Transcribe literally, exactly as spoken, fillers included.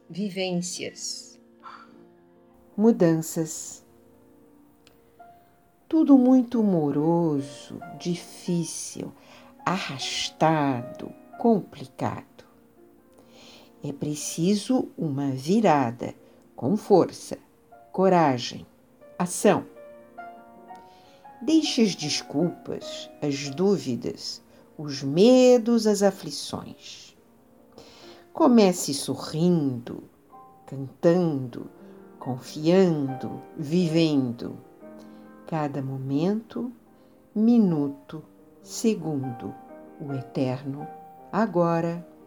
vivências. Mudanças. Tudo muito moroso, difícil, arrastado, complicado. É preciso uma virada, com força, coragem, ação. Deixe as desculpas, as dúvidas, os medos, as aflições. Comece sorrindo, cantando, confiando, vivendo. Cada momento, minuto, segundo, o eterno, agora.